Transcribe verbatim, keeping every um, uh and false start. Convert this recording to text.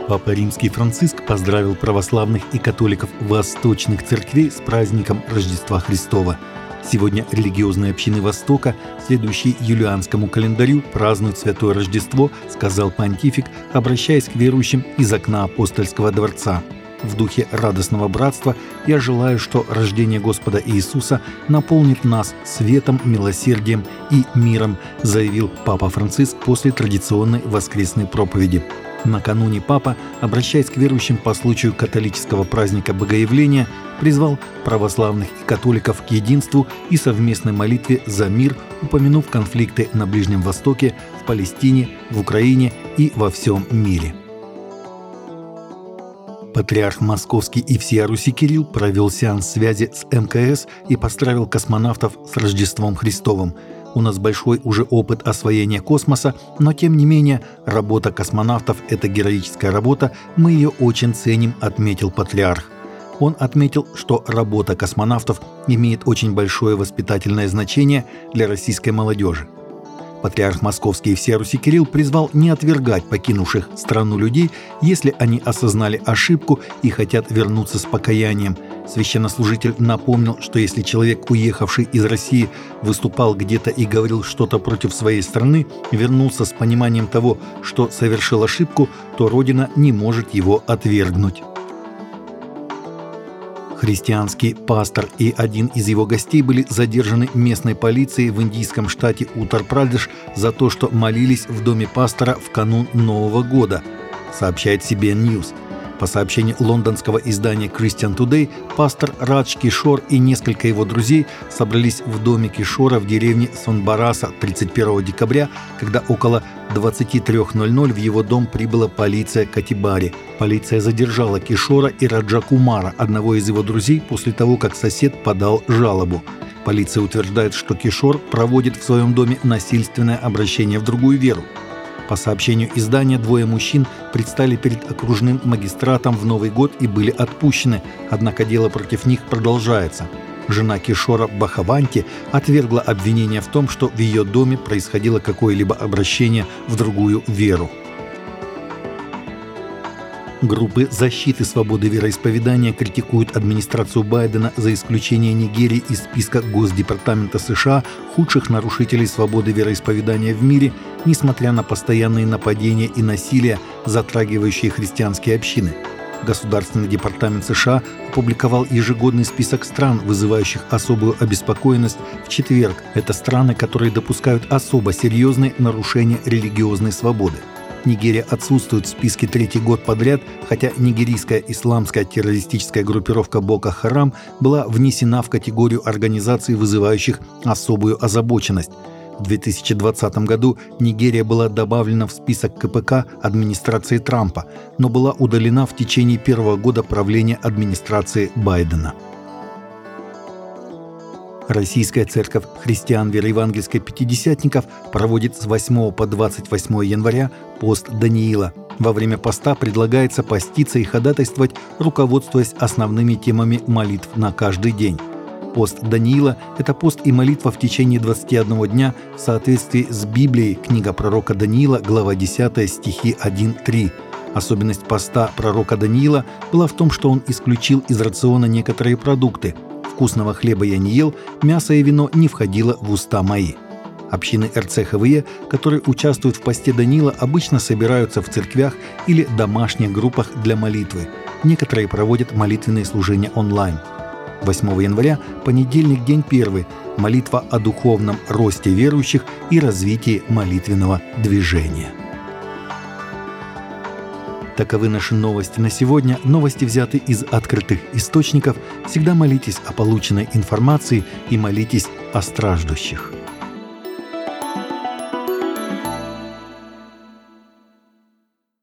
Папа Римский Франциск поздравил православных и католиков восточных церквей с праздником Рождества Христова. Сегодня религиозные общины Востока, следующие юлианскому календарю, празднуют Святое Рождество, сказал понтифик, обращаясь к верующим из окна апостольского дворца. В духе радостного братства я желаю, что рождение Господа Иисуса наполнит нас светом, милосердием и миром, заявил Папа Франциск после традиционной воскресной проповеди. Накануне Папа, обращаясь к верующим по случаю католического праздника Богоявления, призвал православных и католиков к единству и совместной молитве за мир, упомянув конфликты на Ближнем Востоке, в Палестине, в Украине и во всем мире. Патриарх Московский и всея Руси Кирилл провел сеанс связи с эм ка эс и поздравил космонавтов с Рождеством Христовым. У нас большой уже опыт освоения космоса, но тем не менее работа космонавтов – это героическая работа, мы ее очень ценим, отметил патриарх. Он отметил, что работа космонавтов имеет очень большое воспитательное значение для российской молодежи. Патриарх Московский и всея Руси Кирилл призвал не отвергать покинувших страну людей, если они осознали ошибку и хотят вернуться с покаянием. Священнослужитель напомнил, что если человек, уехавший из России, выступал где-то и говорил что-то против своей страны, вернулся с пониманием того, что совершил ошибку, то Родина не может его отвергнуть. Христианский пастор и один из его гостей были задержаны местной полицией в индийском штате Уттар-Прадеш за то, что молились в доме пастора в канун Нового года, сообщает си би эн News. По сообщению лондонского издания Christian Today, пастор Радж Кишор и несколько его друзей собрались в доме Кишора в деревне Сонбараса тридцать первого декабря, когда около двадцать три ноль ноль в его дом прибыла полиция Катибари. Полиция задержала Кишора и Раджа Кумара, одного из его друзей, после того, как сосед подал жалобу. Полиция утверждает, что Кишор проводит в своем доме насильственное обращение в другую веру. По сообщению издания, двое мужчин предстали перед окружным магистратом в Новый год и были отпущены, однако дело против них продолжается. Жена Кишора Бахаванти отвергла обвинение в том, что в ее доме происходило какое-либо обращение в другую веру. Группы защиты свободы вероисповедания критикуют администрацию Байдена за исключение Нигерии из списка Госдепартамента США худших нарушителей свободы вероисповедания в мире, несмотря на постоянные нападения и насилие, затрагивающие христианские общины. Государственный департамент США опубликовал ежегодный список стран, вызывающих особую обеспокоенность, в четверг. Это страны, которые допускают особо серьезные нарушения религиозной свободы. Нигерия отсутствует в списке третий год подряд, хотя нигерийская исламская террористическая группировка Боко Харам была внесена в категорию организаций, вызывающих особую озабоченность. В две тысячи двадцатом году Нигерия была добавлена в список ка пэ ка администрации Трампа, но была удалена в течение первого года правления администрации Байдена. Российская церковь христиан вероевангельской пятидесятников проводит с восьмого по двадцать восьмое января пост Даниила. Во время поста предлагается поститься и ходатайствовать, руководствуясь основными темами молитв на каждый день. Пост Даниила – это пост и молитва в течение двадцати одного дня в соответствии с Библией, книга пророка Даниила, глава десятая, стихи один-три. Особенность поста пророка Даниила была в том, что он исключил из рациона некоторые продукты. Вкусного хлеба я не ел, мясо и вино не входило в уста мои. Общины эр цэ ха вэ е, которые участвуют в посте Даниила, обычно собираются в церквях или домашних группах для молитвы. Некоторые проводят молитвенные служения онлайн. восьмого января, понедельник, день первый, молитва о духовном росте верующих и развитии молитвенного движения. Таковы наши новости на сегодня. Новости взяты из открытых источников. Всегда молитесь о полученной информации и молитесь о страждущих.